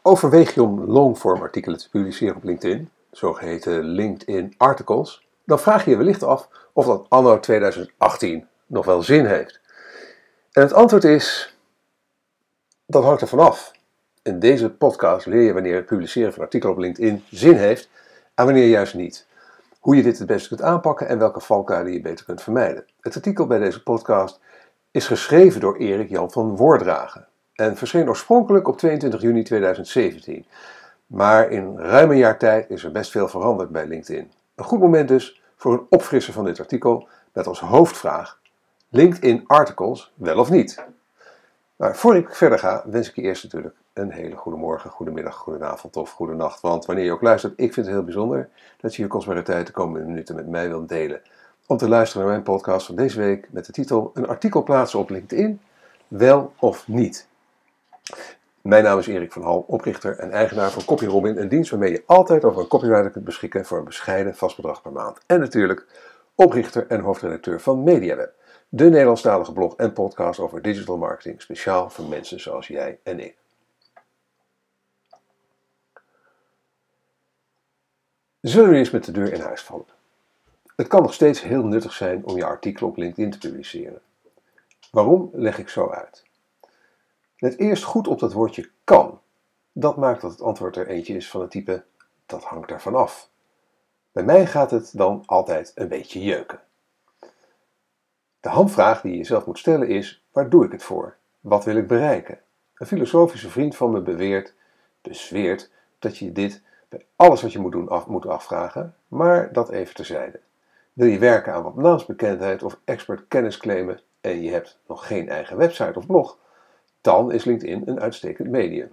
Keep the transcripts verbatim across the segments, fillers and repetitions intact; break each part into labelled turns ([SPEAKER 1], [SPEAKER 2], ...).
[SPEAKER 1] Overweeg je om longform artikelen te publiceren op LinkedIn, zogeheten LinkedIn articles, dan vraag je je wellicht af of dat anno tweeduizend achttien nog wel zin heeft. En het antwoord is, dat hangt ervan af. In deze podcast leer je wanneer het publiceren van artikelen op LinkedIn zin heeft en wanneer juist niet. Hoe je dit het beste kunt aanpakken en welke valkuilen je beter kunt vermijden. Het artikel bij deze podcast is geschreven door Erik Jan van Wordragen en verscheen oorspronkelijk op tweeëntwintig juni tweeduizend zeventien. Maar in ruim een jaar tijd is er best veel veranderd bij LinkedIn. Een goed moment dus voor een opfrisser van dit artikel met als hoofdvraag: LinkedIn articles wel of niet? Maar voor ik verder ga, wens ik je eerst natuurlijk een hele goede morgen, goedemiddag, goedenavond of goedenacht. Want wanneer je ook luistert, ik vind het heel bijzonder dat je je kostbare tijd de komende minuten met mij wilt delen. Om te luisteren naar mijn podcast van deze week met de titel Een artikel plaatsen op LinkedIn, wel of niet? Mijn naam is Erik van Hal, oprichter en eigenaar van CopyRobin, een dienst waarmee je altijd over een copywriter kunt beschikken voor een bescheiden vast bedrag per maand. En natuurlijk oprichter en hoofdredacteur van MediaWeb, de Nederlandstalige blog en podcast over digital marketing, speciaal voor mensen zoals jij en ik. Zullen we eens met de deur in huis vallen? Het kan nog steeds heel nuttig zijn om je artikelen op LinkedIn te publiceren. Waarom, leg ik zo uit. Let eerst goed op dat woordje kan. Dat maakt dat het antwoord er eentje is van het type, dat hangt ervan af. Bij mij gaat het dan altijd een beetje jeuken. De hamvraag die je jezelf moet stellen is, waar doe ik het voor? Wat wil ik bereiken? Een filosofische vriend van me beweert, bezweert, dat je dit bij alles wat je moet doen af, moet afvragen, maar dat even terzijde. Wil je werken aan wat naamsbekendheid of expert kennis claimen en je hebt nog geen eigen website of blog, dan is LinkedIn een uitstekend medium.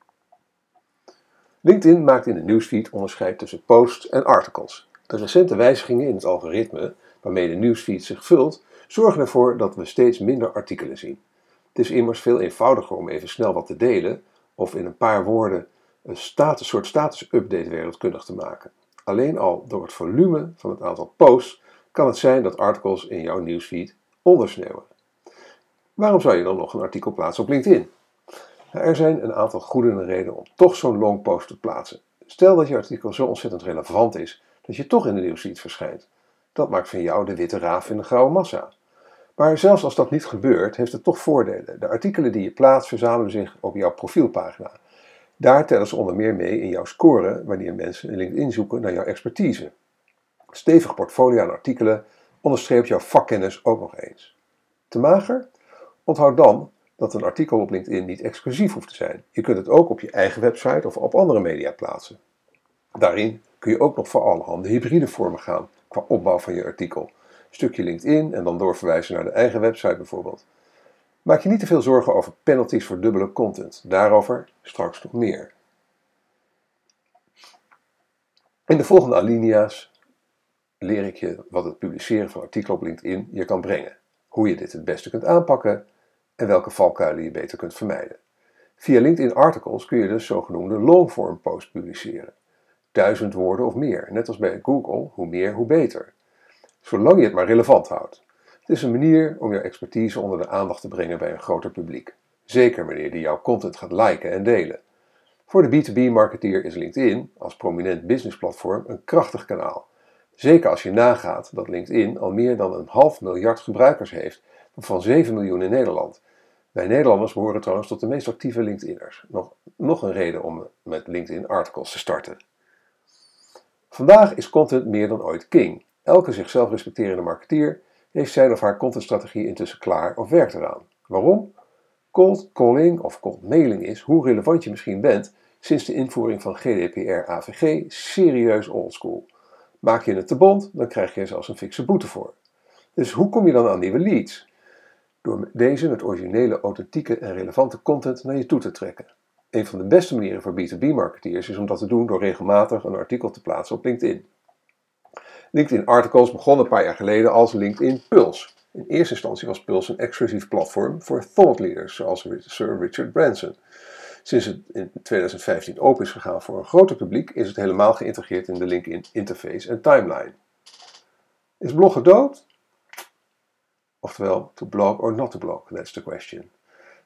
[SPEAKER 1] LinkedIn maakt in de newsfeed onderscheid tussen posts en articles. De recente wijzigingen in het algoritme, waarmee de newsfeed zich vult, zorgen ervoor dat we steeds minder artikelen zien. Het is immers veel eenvoudiger om even snel wat te delen of in een paar woorden een status, soort status-update wereldkundig te maken. Alleen al door het volume van het aantal posts kan het zijn dat articles in jouw newsfeed ondersneeuwen. Waarom zou je dan nog een artikel plaatsen op LinkedIn? Er zijn een aantal goede redenen om toch zo'n long post te plaatsen. Stel dat je artikel zo ontzettend relevant is dat je toch in de nieuwsfeed verschijnt. Dat maakt van jou de witte raaf in de grauwe massa. Maar zelfs als dat niet gebeurt, heeft het toch voordelen. De artikelen die je plaatst verzamelen zich op jouw profielpagina. Daar tellen ze onder meer mee in jouw score wanneer mensen in LinkedIn zoeken naar jouw expertise. Een stevig portfolio aan artikelen onderstreept jouw vakkennis ook nog eens. Te mager? Onthoud dan dat een artikel op LinkedIn niet exclusief hoeft te zijn. Je kunt het ook op je eigen website of op andere media plaatsen. Daarin kun je ook nog voor allerhande hybride vormen gaan qua opbouw van je artikel. Een stukje LinkedIn en dan doorverwijzen naar de eigen website bijvoorbeeld. Maak je niet te veel zorgen over penalties voor dubbele content. Daarover straks nog meer. In de volgende alinea's leer ik je wat het publiceren van artikelen op LinkedIn je kan brengen. Hoe je dit het beste kunt aanpakken en welke valkuilen je beter kunt vermijden. Via LinkedIn articles kun je dus zogenoemde longform posts publiceren. Duizend woorden of meer, net als bij Google, hoe meer hoe beter. Zolang je het maar relevant houdt. Het is een manier om jouw expertise onder de aandacht te brengen bij een groter publiek. Zeker wanneer die jouw content gaat liken en delen. Voor de B twee B marketeer is LinkedIn als prominent businessplatform een krachtig kanaal. Zeker als je nagaat dat LinkedIn al meer dan een half miljard gebruikers heeft, van zeven miljoen in Nederland. Wij Nederlanders behoren trouwens tot de meest actieve LinkedIners. Nog, nog een reden om met LinkedIn articles te starten. Vandaag is content meer dan ooit king. Elke zichzelf respecterende marketeer heeft zijn of haar contentstrategie intussen klaar of werkt eraan. Waarom? Cold calling of cold mailing is, hoe relevant je misschien bent, sinds de invoering van G D P R A V G serieus oldschool. Maak je het te bond, dan krijg je er zelfs een fikse boete voor. Dus hoe kom je dan aan nieuwe leads? Door deze met originele, authentieke en relevante content naar je toe te trekken. Een van de beste manieren voor B twee B marketeers is om dat te doen door regelmatig een artikel te plaatsen op LinkedIn. LinkedIn Articles begon een paar jaar geleden als LinkedIn Pulse. In eerste instantie was Pulse een exclusief platform voor thought leaders zoals Sir Richard Branson. Sinds het in tweeduizend vijftien open is gegaan voor een groter publiek is het helemaal geïntegreerd in de LinkedIn interface en timeline. Is bloggen dood? Oftewel, to blog or not to blog, that's the question.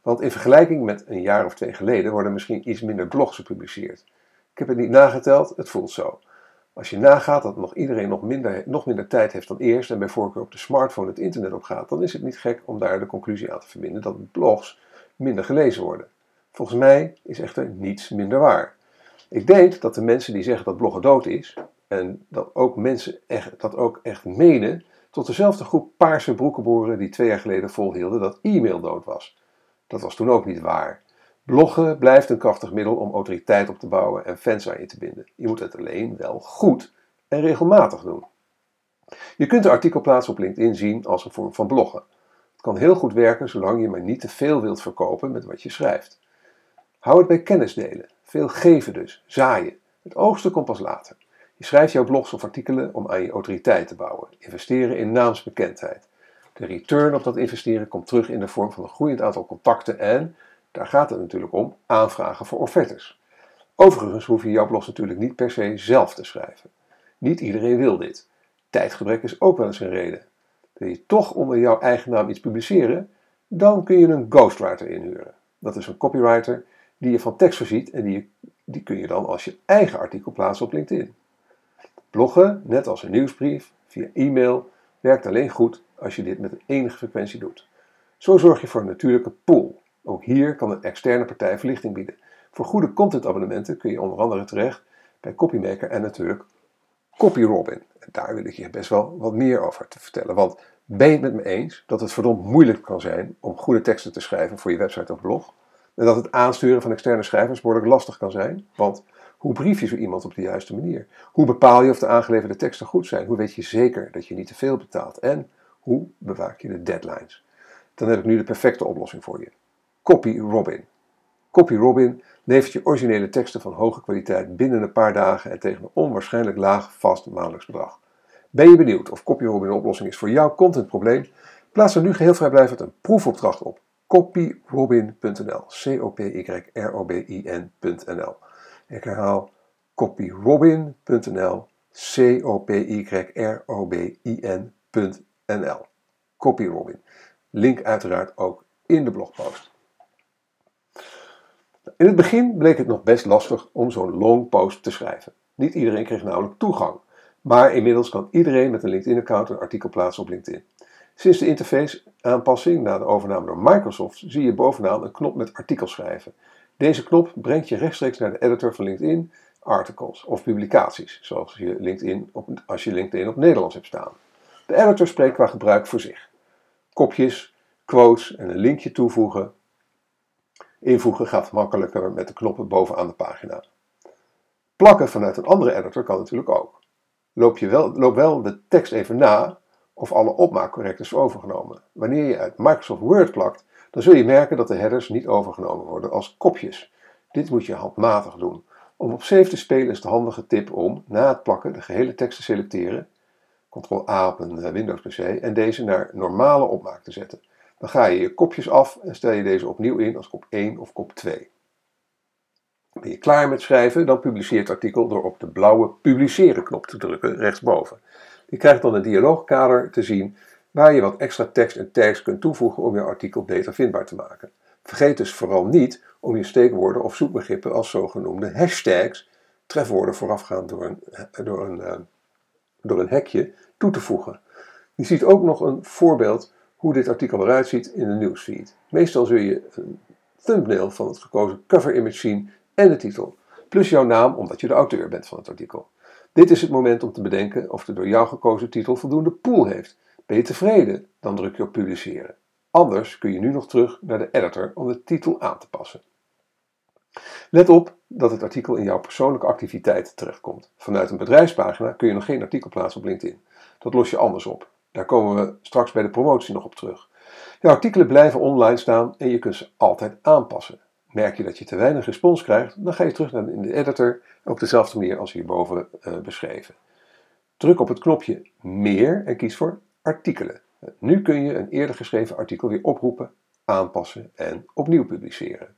[SPEAKER 1] Want in vergelijking met een jaar of twee geleden worden misschien iets minder blogs gepubliceerd. Ik heb het niet nageteld, het voelt zo. Als je nagaat dat nog iedereen nog minder, nog minder tijd heeft dan eerst en bij voorkeur op de smartphone het internet opgaat, dan is het niet gek om daar de conclusie aan te verbinden dat blogs minder gelezen worden. Volgens mij is echter niets minder waar. Ik denk dat de mensen die zeggen dat bloggen dood is, en dat ook mensen echt, dat ook echt menen, tot dezelfde groep paarse broeken behoren die twee jaar geleden volhielden dat e-mail dood was. Dat was toen ook niet waar. Bloggen blijft een krachtig middel om autoriteit op te bouwen en fans aan je te binden. Je moet het alleen wel goed en regelmatig doen. Je kunt een artikel plaatsen op LinkedIn zien als een vorm van bloggen. Het kan heel goed werken zolang je maar niet te veel wilt verkopen met wat je schrijft. Hou het bij kennis delen. Veel geven dus. Zaaien. Het oogsten komt pas later. Je schrijft jouw blogs of artikelen om aan je autoriteit te bouwen. Investeren in naamsbekendheid. De return op dat investeren komt terug in de vorm van een groeiend aantal contacten en, daar gaat het natuurlijk om, aanvragen voor offertes. Overigens hoef je jouw blogs natuurlijk niet per se zelf te schrijven. Niet iedereen wil dit. Tijdgebrek is ook wel eens een reden. Wil je toch onder jouw eigen naam iets publiceren? Dan kun je een ghostwriter inhuren. Dat is een copywriter die je van tekst voorziet en die, die kun je dan als je eigen artikel plaatsen op LinkedIn. Bloggen, net als een nieuwsbrief, via e-mail, werkt alleen goed als je dit met een enige frequentie doet. Zo zorg je voor een natuurlijke pool. Ook hier kan een externe partij verlichting bieden. Voor goede contentabonnementen kun je onder andere terecht bij Copymaker en natuurlijk CopyRobin. En daar wil ik je best wel wat meer over te vertellen. Want ben je het met me eens dat het verdomd moeilijk kan zijn om goede teksten te schrijven voor je website of blog? En dat het aansturen van externe schrijvers behoorlijk lastig kan zijn? Want hoe brief je zo iemand op de juiste manier? Hoe bepaal je of de aangeleverde teksten goed zijn? Hoe weet je zeker dat je niet te veel betaalt? En hoe bewaak je de deadlines? Dan heb ik nu de perfecte oplossing voor je. CopyRobin. CopyRobin levert je originele teksten van hoge kwaliteit binnen een paar dagen en tegen een onwaarschijnlijk laag vast maandelijks bedrag. Ben je benieuwd of CopyRobin een oplossing is voor jouw contentprobleem? Plaats er nu geheel vrijblijvend een proefopdracht op. copyrobin punt n l. C O P Y R O B I N punt n l. Ik herhaal copyrobin punt n l. C O P Y R O B I N punt n l. CopyRobin. Link uiteraard ook in de blogpost. In het begin bleek het nog best lastig om zo'n long post te schrijven. Niet iedereen kreeg namelijk toegang. Maar inmiddels kan iedereen met een LinkedIn-account een artikel plaatsen op LinkedIn. Sinds de interface-aanpassing na de overname door Microsoft zie je bovenaan een knop met artikels schrijven. Deze knop brengt je rechtstreeks naar de editor van LinkedIn, articles of publicaties, zoals je LinkedIn op, als je LinkedIn op Nederlands hebt staan. De editor spreekt qua gebruik voor zich. Kopjes, quotes en een linkje toevoegen. Invoegen gaat makkelijker met de knoppen bovenaan de pagina. Plakken vanuit een andere editor kan natuurlijk ook. Loop, je wel, loop wel de tekst even na of alle opmaak correct is overgenomen. Wanneer je uit Microsoft Word plakt, dan zul je merken dat de headers niet overgenomen worden als kopjes. Dit moet je handmatig doen. Om op save te spelen is de handige tip om na het plakken de gehele tekst te selecteren, control A op een Windows P C, en deze naar normale opmaak te zetten. Dan ga je je kopjes af en stel je deze opnieuw in als kop één of kop twee. Ben je klaar met schrijven, dan publiceer het artikel door op de blauwe publiceren knop te drukken rechtsboven. Je krijgt dan een dialoogkader te zien waar je wat extra tekst en tags kunt toevoegen om je artikel beter vindbaar te maken. Vergeet dus vooral niet om je steekwoorden of zoekbegrippen als zogenoemde hashtags, trefwoorden voorafgaand door een, door een, door een hekje, toe te voegen. Je ziet ook nog een voorbeeld hoe dit artikel eruit ziet in de newsfeed. Meestal zul je een thumbnail van het gekozen cover image zien en de titel, plus jouw naam omdat je de auteur bent van het artikel. Dit is het moment om te bedenken of de door jou gekozen titel voldoende pool heeft. Ben je tevreden? Dan druk je op publiceren. Anders kun je nu nog terug naar de editor om de titel aan te passen. Let op dat het artikel in jouw persoonlijke activiteiten terechtkomt. Vanuit een bedrijfspagina kun je nog geen artikel plaatsen op LinkedIn. Dat los je anders op. Daar komen we straks bij de promotie nog op terug. Jouw artikelen blijven online staan en je kunt ze altijd aanpassen. Merk je dat je te weinig respons krijgt, dan ga je terug naar de editor op dezelfde manier als hierboven uh, beschreven. Druk op het knopje meer en kies voor artikelen. Nu kun je een eerder geschreven artikel weer oproepen, aanpassen en opnieuw publiceren.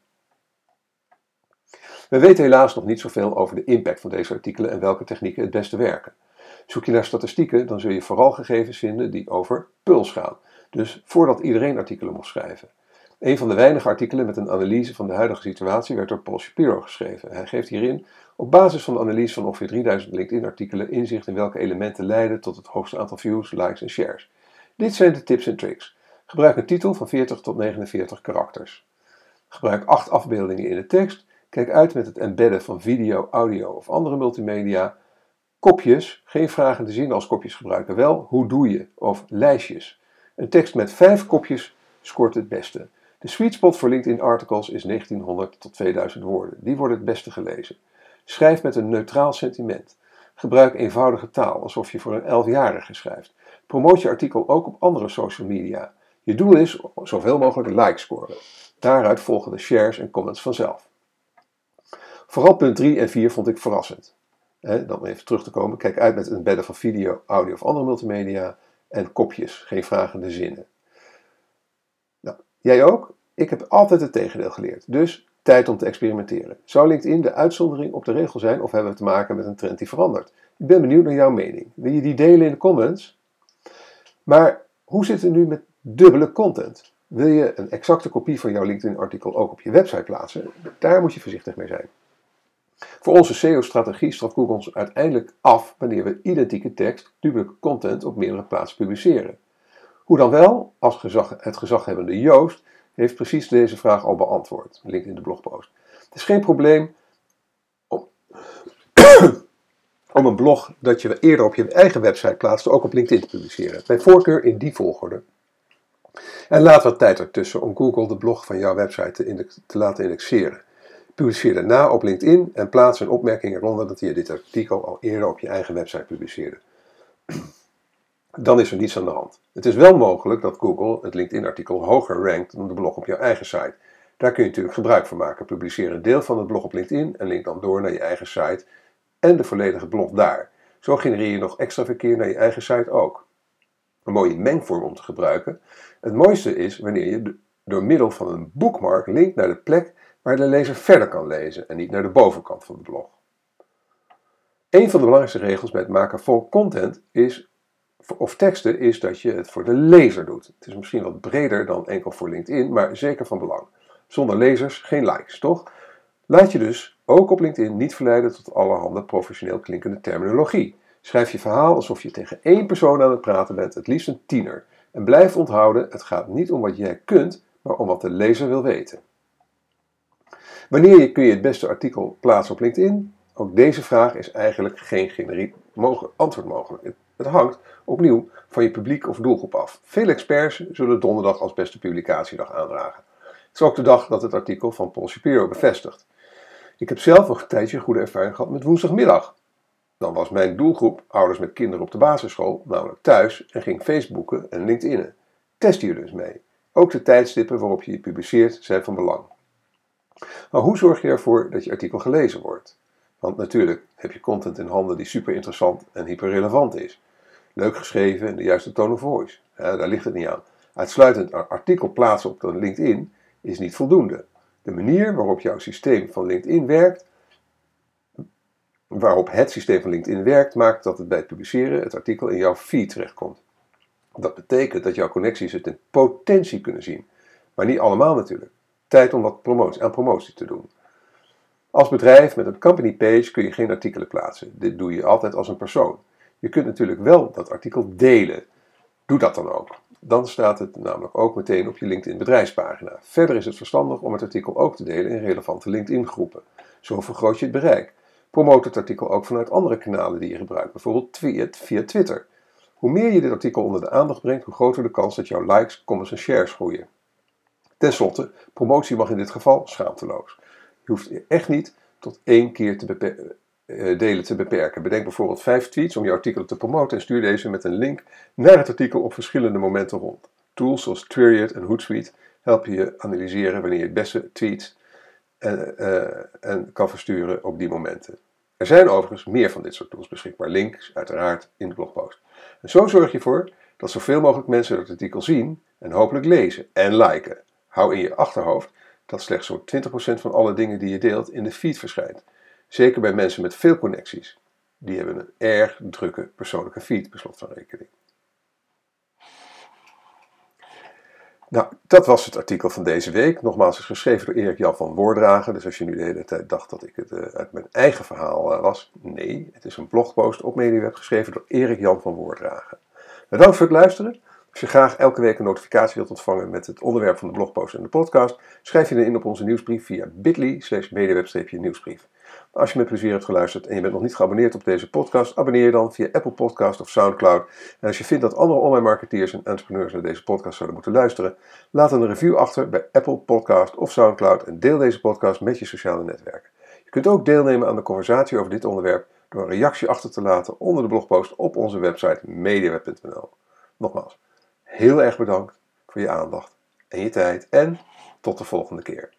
[SPEAKER 1] We weten helaas nog niet zoveel over de impact van deze artikelen en welke technieken het beste werken. Zoek je naar statistieken, dan zul je vooral gegevens vinden die over puls gaan. Dus voordat iedereen artikelen mocht schrijven. Een van de weinige artikelen met een analyse van de huidige situatie werd door Paul Shapiro geschreven. Hij geeft hierin op basis van de analyse van ongeveer drieduizend LinkedIn-artikelen inzicht in welke elementen leiden tot het hoogste aantal views, likes en shares. Dit zijn de tips en tricks. Gebruik een titel van veertig tot negenenveertig karakters. Gebruik acht afbeeldingen in de tekst. Kijk uit met het embedden van video, audio of andere multimedia. Kopjes, geen vragende zinnen als kopjes gebruiken wel. Hoe doe je? Of lijstjes. Een tekst met vijf kopjes scoort het beste. De sweet spot voor LinkedIn articles is negentienhonderd tot tweeduizend woorden. Die worden het beste gelezen. Schrijf met een neutraal sentiment. Gebruik eenvoudige taal, alsof je voor een elfjarige schrijft. Promoot je artikel ook op andere social media. Je doel is zoveel mogelijk likes scoren. Daaruit volgen de shares en comments vanzelf. Vooral punt drie en vier vond ik verrassend. He, dan even terug te komen. Kijk uit met het embedden van video, audio of andere multimedia. En kopjes, geen vragende zinnen. Nou, jij ook? Ik heb altijd het tegendeel geleerd. Dus tijd om te experimenteren. Zou LinkedIn de uitzondering op de regel zijn of hebben we te maken met een trend die verandert? Ik ben benieuwd naar jouw mening. Wil je die delen in de comments? Maar hoe zit het nu met dubbele content? Wil je een exacte kopie van jouw LinkedIn-artikel ook op je website plaatsen? Daar moet je voorzichtig mee zijn. Voor onze S E O-strategie straft Google ons uiteindelijk af wanneer we identieke tekst, dubbele content op meerdere plaatsen publiceren. Hoe dan wel? Als gezag, het gezaghebbende Joost heeft precies deze vraag al beantwoord. Link in de blogpost. Het is geen probleem om, om een blog dat je eerder op je eigen website plaatste ook op LinkedIn te publiceren. Bij voorkeur in die volgorde. En laat wat tijd ertussen om Google de blog van jouw website te, index, te laten indexeren. Publiceer daarna op LinkedIn en plaats een opmerking eronder dat je dit artikel al eerder op je eigen website publiceerde. Dan is er niets aan de hand. Het is wel mogelijk dat Google het LinkedIn-artikel hoger rankt dan de blog op jouw eigen site. Daar kun je natuurlijk gebruik van maken. Publiceer een deel van het blog op LinkedIn en link dan door naar je eigen site en de volledige blog daar. Zo genereer je nog extra verkeer naar je eigen site ook. Een mooie mengvorm om te gebruiken. Het mooiste is wanneer je door middel van een bookmark linkt naar de plek waar de lezer verder kan lezen en niet naar de bovenkant van de blog. Een van de belangrijkste regels bij het maken van content is, of teksten is dat je het voor de lezer doet. Het is misschien wat breder dan enkel voor LinkedIn, maar zeker van belang. Zonder lezers geen likes, toch? Laat je dus ook op LinkedIn niet verleiden tot allerhande professioneel klinkende terminologie. Schrijf je verhaal alsof je tegen één persoon aan het praten bent, het liefst een tiener. En blijf onthouden, het gaat niet om wat jij kunt, maar om wat de lezer wil weten. Wanneer kun je het beste artikel plaatsen op LinkedIn? Ook deze vraag is eigenlijk geen generiek antwoord mogelijk. Het hangt opnieuw van je publiek of doelgroep af. Veel experts zullen donderdag als beste publicatiedag aandragen. Het is ook de dag dat het artikel van Paul Shapiro bevestigt. Ik heb zelf nog een tijdje een goede ervaring gehad met woensdagmiddag. Dan was mijn doelgroep ouders met kinderen op de basisschool, namelijk thuis, en ging Facebooken en LinkedInnen. Test hier dus mee. Ook de tijdstippen waarop je je publiceert zijn van belang. Maar hoe zorg je ervoor dat je artikel gelezen wordt? Want natuurlijk heb je content in handen die super interessant en hyperrelevant is. Leuk geschreven en de juiste tone of voice. Ja, daar ligt het niet aan. Uitsluitend een artikel plaatsen op LinkedIn is niet voldoende. De manier waarop jouw systeem van LinkedIn werkt, waarop het systeem van LinkedIn werkt, maakt dat het bij het publiceren het artikel in jouw feed terechtkomt. Dat betekent dat jouw connecties het in potentie kunnen zien. Maar niet allemaal natuurlijk. Tijd om wat promotie, aan promotie te doen. Als bedrijf met een company page kun je geen artikelen plaatsen. Dit doe je altijd als een persoon. Je kunt natuurlijk wel dat artikel delen. Doe dat dan ook. Dan staat het namelijk ook meteen op je LinkedIn bedrijfspagina. Verder is het verstandig om het artikel ook te delen in relevante LinkedIn groepen. Zo vergroot je het bereik. Promoot het artikel ook vanuit andere kanalen die je gebruikt, bijvoorbeeld via Twitter. Hoe meer je dit artikel onder de aandacht brengt, hoe groter de kans dat jouw likes, comments en shares groeien. Ten slotte, promotie mag in dit geval schaamteloos. Je hoeft echt niet tot één keer te beper- delen te beperken. Bedenk bijvoorbeeld vijf tweets om je artikelen te promoten en stuur deze met een link naar het artikel op verschillende momenten rond. Tools zoals Twiriot en Hootsuite helpen je analyseren wanneer je het beste tweets en, uh, en kan versturen op die momenten. Er zijn overigens meer van dit soort tools beschikbaar. Links uiteraard in de blogpost. En zo zorg je ervoor dat zoveel mogelijk mensen het artikel zien en hopelijk lezen en liken. Hou in je achterhoofd dat slechts zo'n twintig procent van alle dingen die je deelt in de feed verschijnt. Zeker bij mensen met veel connecties. Die hebben een erg drukke persoonlijke feed, per slot van rekening. Nou, dat was het artikel van deze week. Nogmaals, is geschreven door Erik-Jan van Woerdragen. Dus als je nu de hele tijd dacht dat ik het uh, uit mijn eigen verhaal uh, was. Nee, het is een blogpost op MediaWeb geschreven door Erik-Jan van Woerdragen. Bedankt voor het luisteren. Als je graag elke week een notificatie wilt ontvangen met het onderwerp van de blogpost en de podcast, schrijf je dan in op onze nieuwsbrief via bit.ly slash mediaweb-nieuwsbrief. Als je met plezier hebt geluisterd en je bent nog niet geabonneerd op deze podcast, abonneer je dan via Apple Podcast of Soundcloud. En als je vindt dat andere online marketeers en entrepreneurs naar deze podcast zouden moeten luisteren, laat dan een review achter bij Apple Podcast of Soundcloud en deel deze podcast met je sociale netwerken. Je kunt ook deelnemen aan de conversatie over dit onderwerp door een reactie achter te laten onder de blogpost op onze website mediaweb punt n l. Nogmaals, heel erg bedankt voor je aandacht en je tijd en tot de volgende keer.